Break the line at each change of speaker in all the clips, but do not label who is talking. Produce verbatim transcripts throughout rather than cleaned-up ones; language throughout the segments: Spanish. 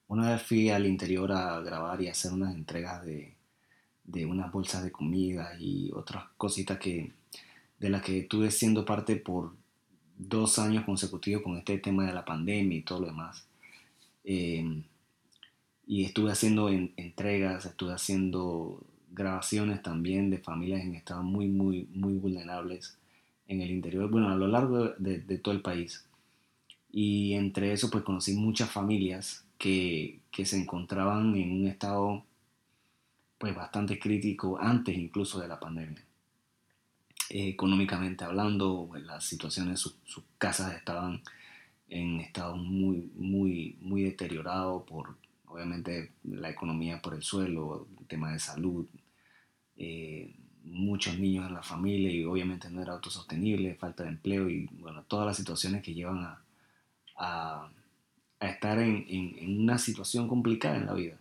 Una vez fui al interior a grabar y hacer unas entregas de, de unas bolsas de comida y otras cositas que, de las que estuve siendo parte por dos años consecutivos con este tema de la pandemia y todo lo demás. Eh, y estuve haciendo en- entregas, estuve haciendo grabaciones también de familias en estados muy, muy, muy vulnerables en el interior, bueno, a lo largo de, de todo el país. Y entre eso, pues conocí muchas familias que, que se encontraban en un estado, pues bastante crítico antes incluso de la pandemia. Eh, económicamente hablando, pues, las situaciones, sus, sus casas estaban en estado muy, muy, muy deteriorado por, obviamente, la economía por el suelo, el tema de salud, eh, muchos niños en la familia y obviamente no era autosostenible, falta de empleo y bueno, todas las situaciones que llevan a, a, a estar en, en, en una situación complicada en la vida.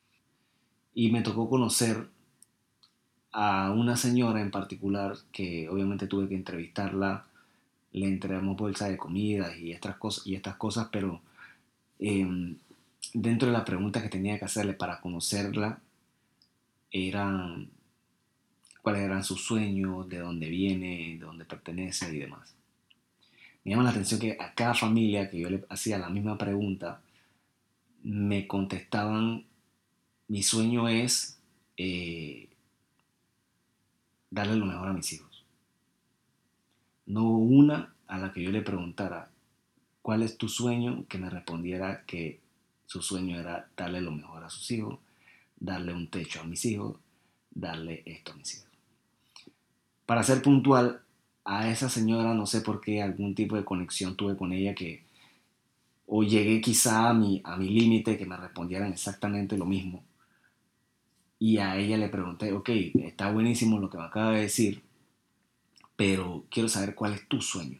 Y me tocó conocer a una señora en particular que obviamente tuve que entrevistarla, le entregamos bolsa de comida y estas cosas, y estas cosas pero eh, dentro de las preguntas que tenía que hacerle para conocerla eran cuáles eran sus sueños, de dónde viene, de dónde pertenece y demás. Me llama la atención que a cada familia que yo le hacía la misma pregunta, me contestaban, mi sueño es eh, darle lo mejor a mis hijos. No hubo una a la que yo le preguntara, ¿cuál es tu sueño? Que me respondiera que su sueño era darle lo mejor a sus hijos, darle un techo a mis hijos, darle esto a mis hijos. Para ser puntual, a esa señora no sé por qué algún tipo de conexión tuve con ella que o llegué quizá a mi, a mi límite que me respondieran exactamente lo mismo y a ella le pregunté, ok, está buenísimo lo que me acaba de decir, pero quiero saber cuál es tu sueño,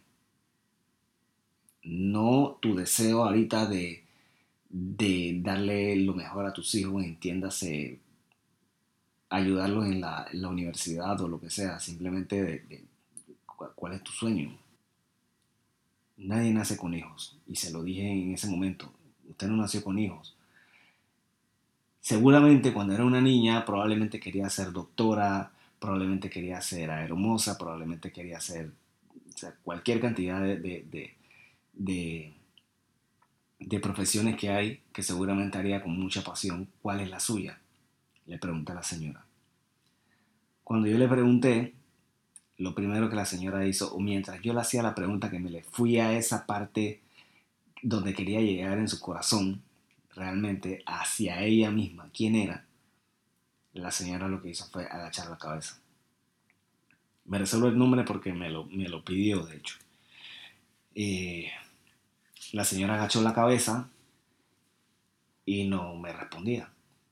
no tu deseo ahorita de, de darle lo mejor a tus hijos, entiéndase, ayudarlos en la, en la universidad o lo que sea, simplemente de, de cuál es tu sueño. Nadie nace con hijos. Y se lo dije en ese momento. Usted no nació con hijos. Seguramente cuando era una niña probablemente quería ser doctora, probablemente quería ser aeromoza, probablemente quería ser o sea, cualquier cantidad de, de, de, de, de profesiones que hay que seguramente haría con mucha pasión. ¿Cuál es la suya? Le pregunté a la señora. Cuando yo le pregunté, lo primero que la señora hizo, o mientras yo le hacía la pregunta, que me le fui a esa parte donde quería llegar en su corazón, realmente hacia ella misma, quién era, la señora lo que hizo fue agachar la cabeza. Me reservo el nombre porque me lo, me lo pidió, de hecho. Eh, la señora agachó la cabeza y no me respondía.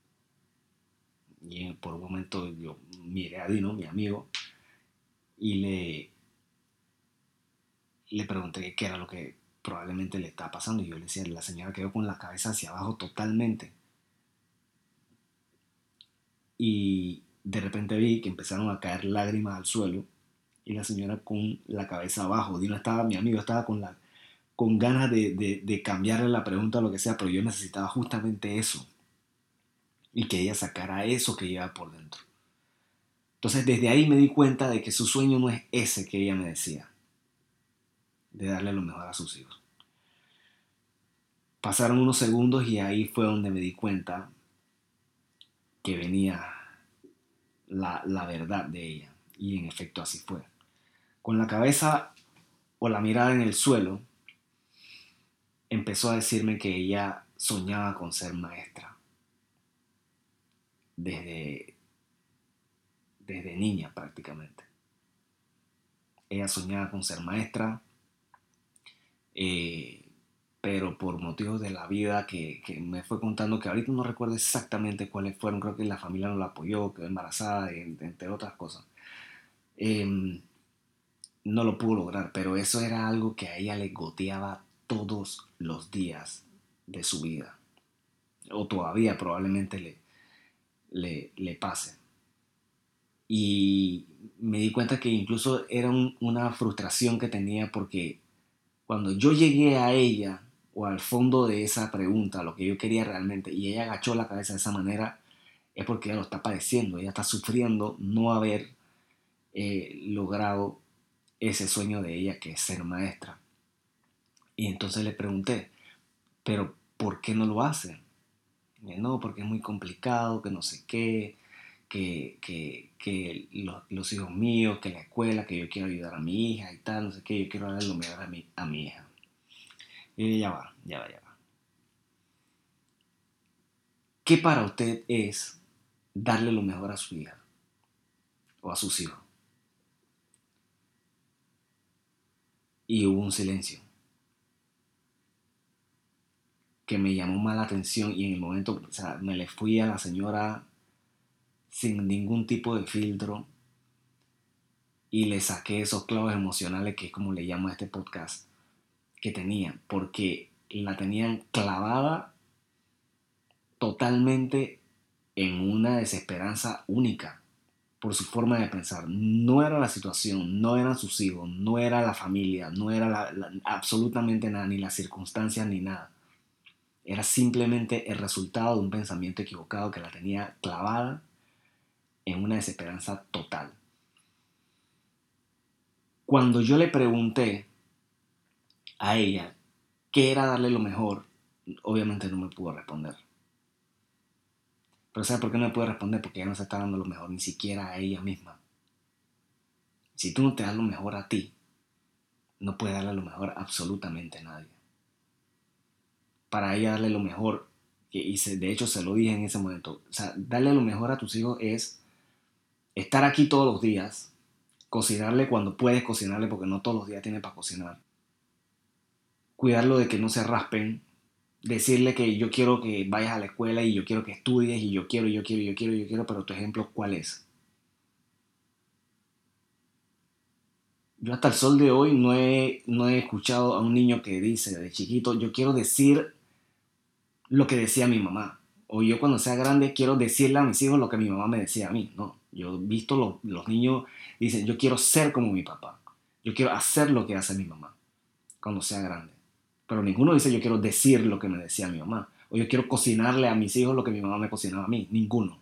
Y por un momento yo miré a Dino, mi amigo, y le, le pregunté qué era lo que probablemente le estaba pasando. Y yo le decía, la señora quedó con la cabeza hacia abajo totalmente. Y de repente vi que empezaron a caer lágrimas al suelo y la señora con la cabeza abajo. Dino estaba, mi amigo estaba con, la, con ganas de, de, de cambiarle la pregunta o lo que sea, pero yo necesitaba justamente eso y que ella sacara eso que lleva por dentro. Entonces desde ahí me di cuenta de que su sueño no es ese que ella me decía, de darle lo mejor a sus hijos. Pasaron unos segundos y ahí fue donde me di cuenta que venía la, la verdad de ella. Y en efecto así fue. Con la cabeza o la mirada en el suelo, empezó a decirme que ella soñaba con ser maestra desde, desde niña prácticamente. Ella soñaba con ser maestra, eh, pero por motivos de la vida que, que, me fue contando, que ahorita no recuerdo exactamente cuáles fueron, creo que la familia no la apoyó, quedó embarazada, entre otras cosas. Eh, no lo pudo lograr, pero eso era algo que a ella le goteaba todos los días de su vida, o todavía probablemente le, le, le pase. Y me di cuenta que incluso era un, una frustración que tenía porque cuando yo llegué a ella o al fondo de esa pregunta, lo que yo quería realmente, y ella agachó la cabeza de esa manera, es porque ella lo está padeciendo, ella está sufriendo no haber eh, logrado ese sueño de ella, que es ser maestra. Y entonces le pregunté, pero ¿por qué no lo hace? Y, no, porque es muy complicado, que no sé qué, que, que, que los, los hijos míos, que la escuela, que yo quiero ayudar a mi hija y tal, no sé qué, yo quiero darle lo mejor a mi, a mi hija. Y ya va, ya va, ya va. ¿Qué para usted es darle lo mejor a su hija o a sus hijos? Y hubo un silencio que me llamó más la atención, y en el momento, o sea, me le fui a la señora sin ningún tipo de filtro y le saqué esos clavos emocionales, que es como le llamo a este podcast, que tenía, porque la tenían clavada totalmente en una desesperanza única por su forma de pensar. No era la situación, no eran sus hijos, no era la familia, no era la, la, absolutamente nada, ni las circunstancias ni nada. Era simplemente el resultado de un pensamiento equivocado que la tenía clavada en una desesperanza total. Cuando yo le pregunté a ella qué era darle lo mejor, obviamente no me pudo responder. Pero ¿sabes por qué no me puede responder? Porque ella no se está dando lo mejor ni siquiera a ella misma. Si tú no te das lo mejor a ti, no puedes darle lo mejor a absolutamente a nadie. Para ella darle lo mejor, y se, de hecho se lo dije en ese momento, o sea, darle lo mejor a tus hijos es estar aquí todos los días, cocinarle cuando puedes cocinarle, porque no todos los días tiene para cocinar, cuidarlo de que no se raspen, decirle que yo quiero que vayas a la escuela y yo quiero que estudies y yo quiero, yo quiero, yo quiero, yo quiero, pero tu ejemplo, ¿cuál es? Yo hasta el sol de hoy no he, no he escuchado a un niño que dice de chiquito, yo quiero decir lo que decía mi mamá. O yo cuando sea grande quiero decirle a mis hijos lo que mi mamá me decía a mí. No, yo he visto los, los niños dicen, yo quiero ser como mi papá. Yo quiero hacer lo que hace mi mamá cuando sea grande. Pero ninguno dice yo quiero decir lo que me decía mi mamá. O yo quiero cocinarle a mis hijos lo que mi mamá me cocinaba a mí. Ninguno.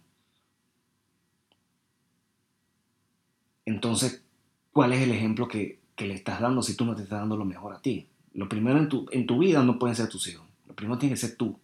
Entonces, ¿cuál es el ejemplo que, que le estás dando si tú no te estás dando lo mejor a ti? Lo primero en tu, en tu vida no pueden ser tus hijos. Lo primero tiene que ser tú.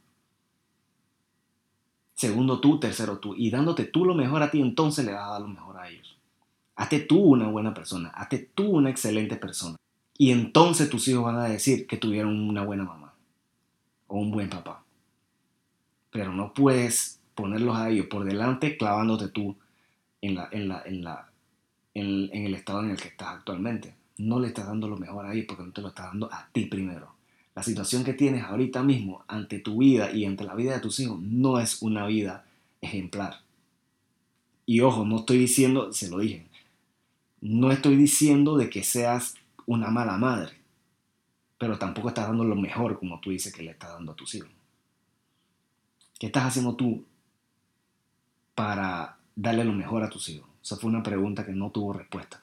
Segundo tú, tercero tú. Y dándote tú lo mejor a ti, entonces le vas a dar lo mejor a ellos. Hazte tú una buena persona. Hazte tú una excelente persona. Y entonces tus hijos van a decir que tuvieron una buena mamá o un buen papá. Pero no puedes ponerlos a ellos por delante clavándote tú en, la, en, la, en, la, en, en el estado en el que estás actualmente. No le estás dando lo mejor a ellos porque no te lo estás dando a ti primero. La situación que tienes ahorita mismo ante tu vida y ante la vida de tus hijos no es una vida ejemplar. Y ojo, no estoy diciendo, se lo dije, no estoy diciendo de que seas una mala madre, pero tampoco estás dando lo mejor como tú dices que le estás dando a tus hijos. ¿Qué estás haciendo tú para darle lo mejor a tus hijos? Esa fue una pregunta que no tuvo respuesta.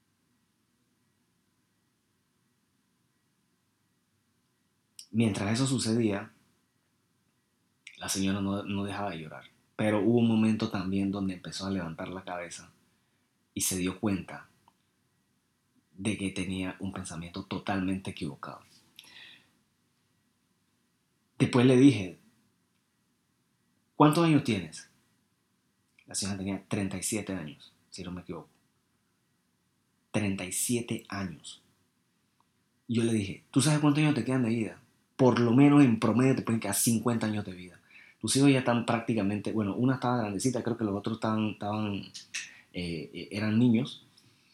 Mientras eso sucedía, la señora no, no dejaba de llorar. Pero hubo un momento también donde empezó a levantar la cabeza y se dio cuenta de que tenía un pensamiento totalmente equivocado. Después le dije, ¿cuántos años tienes? La señora tenía treinta y siete años, si no me equivoco. treinta y siete años. Yo le dije, ¿tú sabes cuántos años te quedan de vida? Por lo menos en promedio te pueden quedar cincuenta años de vida. Tus hijos ya están prácticamente, bueno, una estaba grandecita, creo que los otros estaban, estaban eh, eran niños.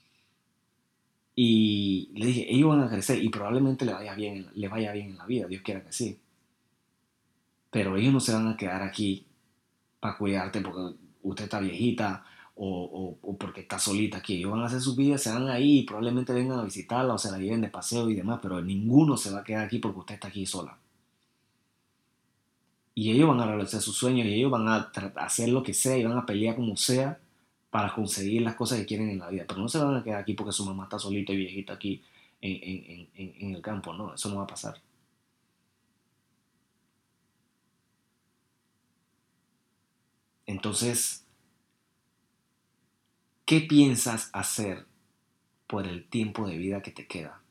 Y le dije, ellos van a crecer y probablemente le vaya bien, le vaya bien en la vida, Dios quiera que sí. Pero ellos no se van a quedar aquí para cuidarte porque usted está viejita o, o, o porque está solita aquí. Ellos van a hacer su vida, se van ahí y probablemente vengan a visitarla o se la lleven de paseo y demás, pero ninguno se va a quedar aquí porque usted está aquí sola. Y ellos van a realizar sus sueños y ellos van a hacer lo que sea y van a pelear como sea para conseguir las cosas que quieren en la vida. Pero no se van a quedar aquí porque su mamá está solita y viejita aquí en, en, en, en el campo, no, eso no va a pasar. Entonces, ¿qué piensas hacer por el tiempo de vida que te queda?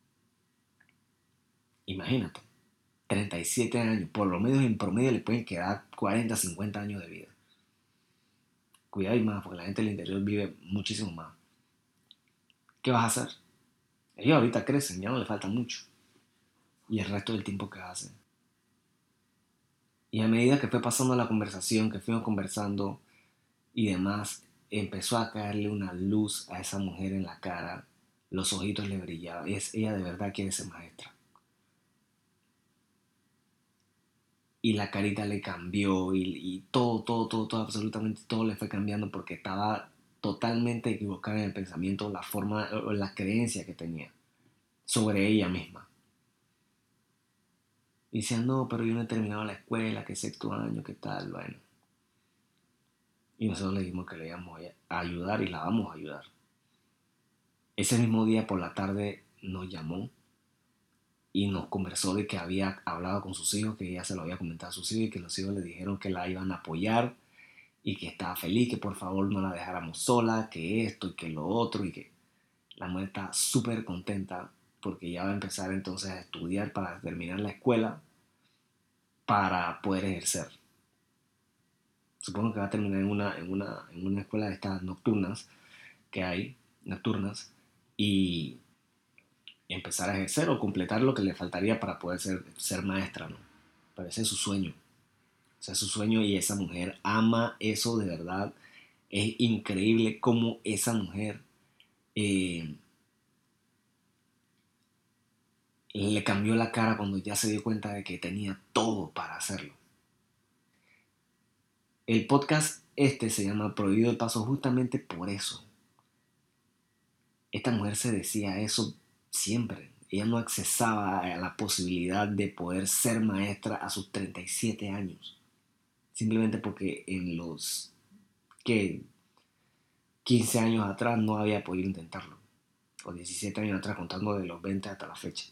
Imagínate, treinta y siete años, por lo menos en promedio le pueden quedar cuarenta, cincuenta años de vida. Cuidado y más, porque la gente del interior vive muchísimo más. ¿Qué vas a hacer? Ellos ahorita crecen, ya no les falta mucho. Y el resto del tiempo que hacen. Y a medida que fue pasando la conversación, que fuimos conversando y demás, empezó a caerle una luz a esa mujer en la cara. Los ojitos le brillaban. Es, ella de verdad quiere ser maestra. Y la carita le cambió y, y todo, todo, todo, todo, absolutamente todo le fue cambiando porque estaba totalmente equivocada en el pensamiento, la forma o la creencia que tenía sobre ella misma. Y decía, no, pero yo no he terminado la escuela, que sexto año, qué tal, bueno. Y nosotros le dijimos que le íbamos a ayudar y la vamos a ayudar. Ese mismo día por la tarde nos llamó y nos conversó de que había hablado con sus hijos, que ella se lo había comentado a sus hijos y que los hijos le dijeron que la iban a apoyar y que estaba feliz, que por favor no la dejáramos sola, que esto y que lo otro y que la mujer está súper contenta porque ya va a empezar entonces a estudiar para terminar la escuela para poder ejercer. Supongo que va a terminar en una, en una, en una escuela de estas nocturnas que hay, nocturnas, y empezar a ejercer o completar lo que le faltaría para poder ser, ser maestra, ¿no? Pero ese es su sueño. Ese es su sueño y esa mujer ama eso de verdad. Es increíble cómo esa mujer eh, le cambió la cara cuando ya se dio cuenta de que tenía todo para hacerlo. El podcast este se llama Prohibido el Paso justamente por eso. Esta mujer se decía eso siempre. Ella no accesaba a la posibilidad de poder ser maestra a sus treinta y siete años. Simplemente porque en los que quince años atrás no había podido intentarlo. O diecisiete años atrás, contando de los veinte hasta la fecha.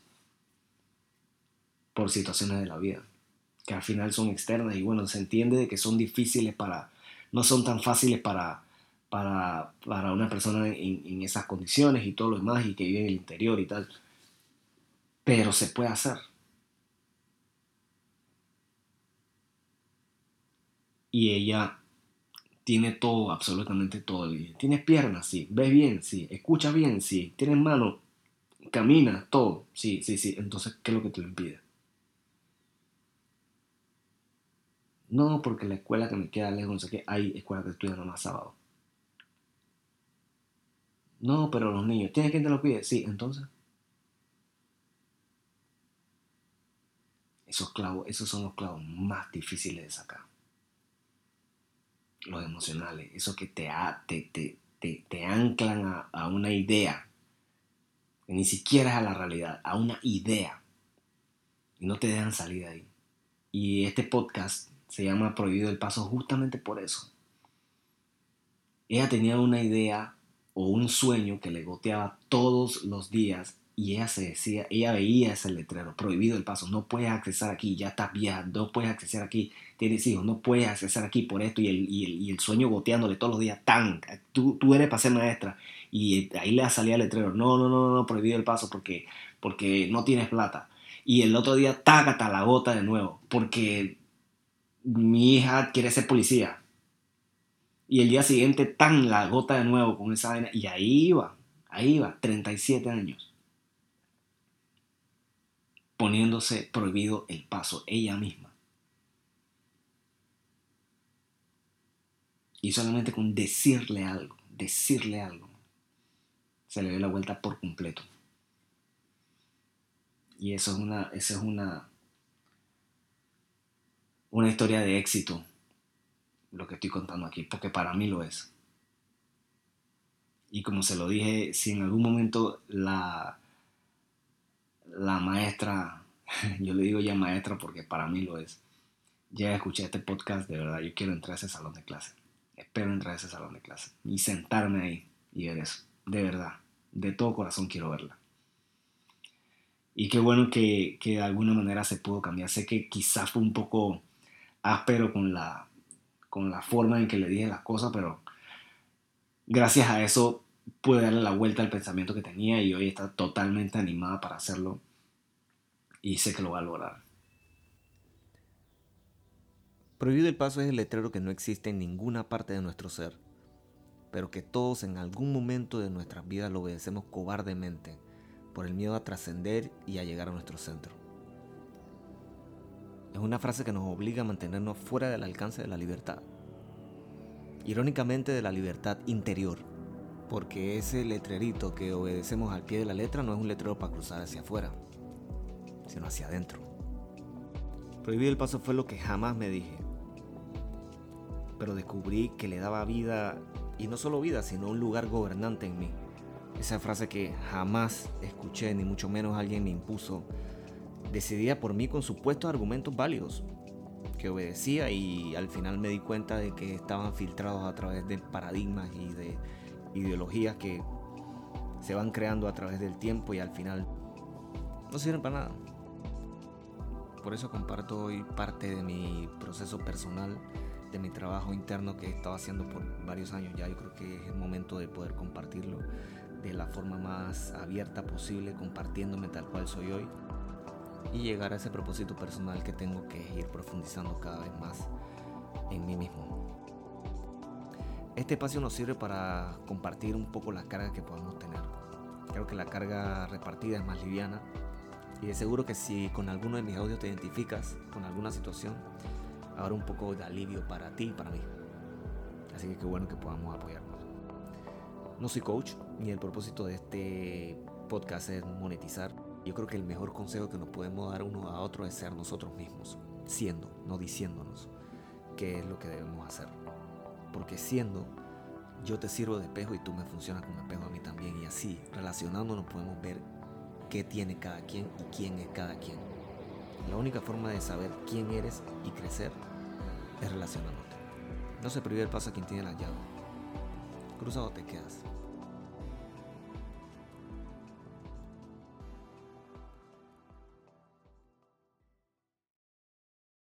Por situaciones de la vida. Que al final son externas y bueno, se entiende de que son difíciles para, no son tan fáciles para, para, para una persona en, en esas condiciones y todo lo demás y que vive en el interior y tal. Pero se puede hacer. Y ella tiene todo, absolutamente todo. Tienes piernas, sí. Ves bien, sí. Escuchas bien, sí. Tienes mano, camina, todo. Sí, sí, sí. Entonces, ¿qué es lo que te lo impide? No, porque la escuela que me queda lejos, no sé qué, hay escuelas que estudian nomás sábado. No, pero los niños, ¿tienes quien te lo pide? Sí, entonces. Esos clavos, esos son los clavos más difíciles de sacar. Los emocionales, esos que te, te, te, te, te anclan a, a una idea, que ni siquiera es a la realidad, a una idea, y no te dejan salir de ahí. Y este podcast se llama Prohibido el Paso justamente por eso. Ella tenía una idea o un sueño que le goteaba todos los días y ella se decía, ella veía ese letrero, prohibido el paso, no puedes accesar aquí, ya estás vieja, no puedes accesar aquí, tienes hijos, no puedes accesar aquí por esto y el, y el, y el sueño goteándole todos los días, tan, tú, tú eres para ser maestra y ahí le salía el letrero, no, no, no, no, prohibido el paso porque, porque no tienes plata. Y el otro día, tácata la gota de nuevo, porque mi hija quiere ser policía. Y el día siguiente, tan la gota de nuevo con esa vaina. Y ahí iba, ahí iba, treinta y siete años. Poniéndose prohibido el paso, ella misma. Y solamente con decirle algo, decirle algo, se le dio la vuelta por completo. Y eso es una, eso es una, una historia de éxito, lo que estoy contando aquí, porque para mí lo es. Y como se lo dije, si en algún momento la, la maestra, yo le digo ya maestra porque para mí lo es, ya escuché este podcast, de verdad, yo quiero entrar a ese salón de clase. Espero entrar a ese salón de clase y sentarme ahí y ver eso. De verdad, de todo corazón quiero verla. Y qué bueno que, que de alguna manera se pudo cambiar. Sé que quizás fue un poco áspero con la, con la forma en que le dije las cosas, pero gracias a eso pude darle la vuelta al pensamiento que tenía y hoy está totalmente animada para hacerlo y sé que lo va a lograr.
Prohibido el paso es el letrero que no existe en ninguna parte de nuestro ser, pero que todos en algún momento de nuestras vidas lo obedecemos cobardemente por el miedo a trascender y a llegar a nuestro centro. Es una frase que nos obliga a mantenernos fuera del alcance de la libertad. Irónicamente, de la libertad interior, porque ese letrerito que obedecemos al pie de la letra no es un letrero para cruzar hacia afuera, sino hacia adentro. Prohibido el paso fue lo que jamás me dije, pero descubrí que le daba vida, y no solo vida, sino un lugar gobernante en mí. Esa frase que jamás escuché, ni mucho menos alguien me impuso, decidía por mí con supuestos argumentos válidos, que obedecía y al final me di cuenta de que estaban filtrados a través de paradigmas y de ideologías que se van creando a través del tiempo y al final no sirven para nada. Por eso comparto hoy parte de mi proceso personal, de mi trabajo interno que he estado haciendo por varios años ya. Yo creo que es el momento de poder compartirlo de la forma más abierta posible, compartiéndome tal cual soy hoy y llegar a ese propósito personal que tengo, que es ir profundizando cada vez más en mí mismo. Este espacio nos sirve para compartir un poco la carga que podemos tener. Creo que la carga repartida es más liviana y de seguro que si con alguno de mis audios te identificas con alguna situación, habrá un poco de alivio para ti y para mí. Así que qué bueno que podamos apoyarnos. No soy coach, ni el propósito de este podcast es monetizar. Yo creo que el mejor consejo que nos podemos dar uno a otro es ser nosotros mismos, siendo, no diciéndonos qué es lo que debemos hacer. Porque siendo, yo te sirvo de espejo y tú me funcionas como espejo a mí también. Y así, relacionándonos, podemos ver qué tiene cada quien y quién es cada quien. La única forma de saber quién eres y crecer es relacionándote. No se prohíbe el paso a quien tiene la llave. Cruzado te quedas.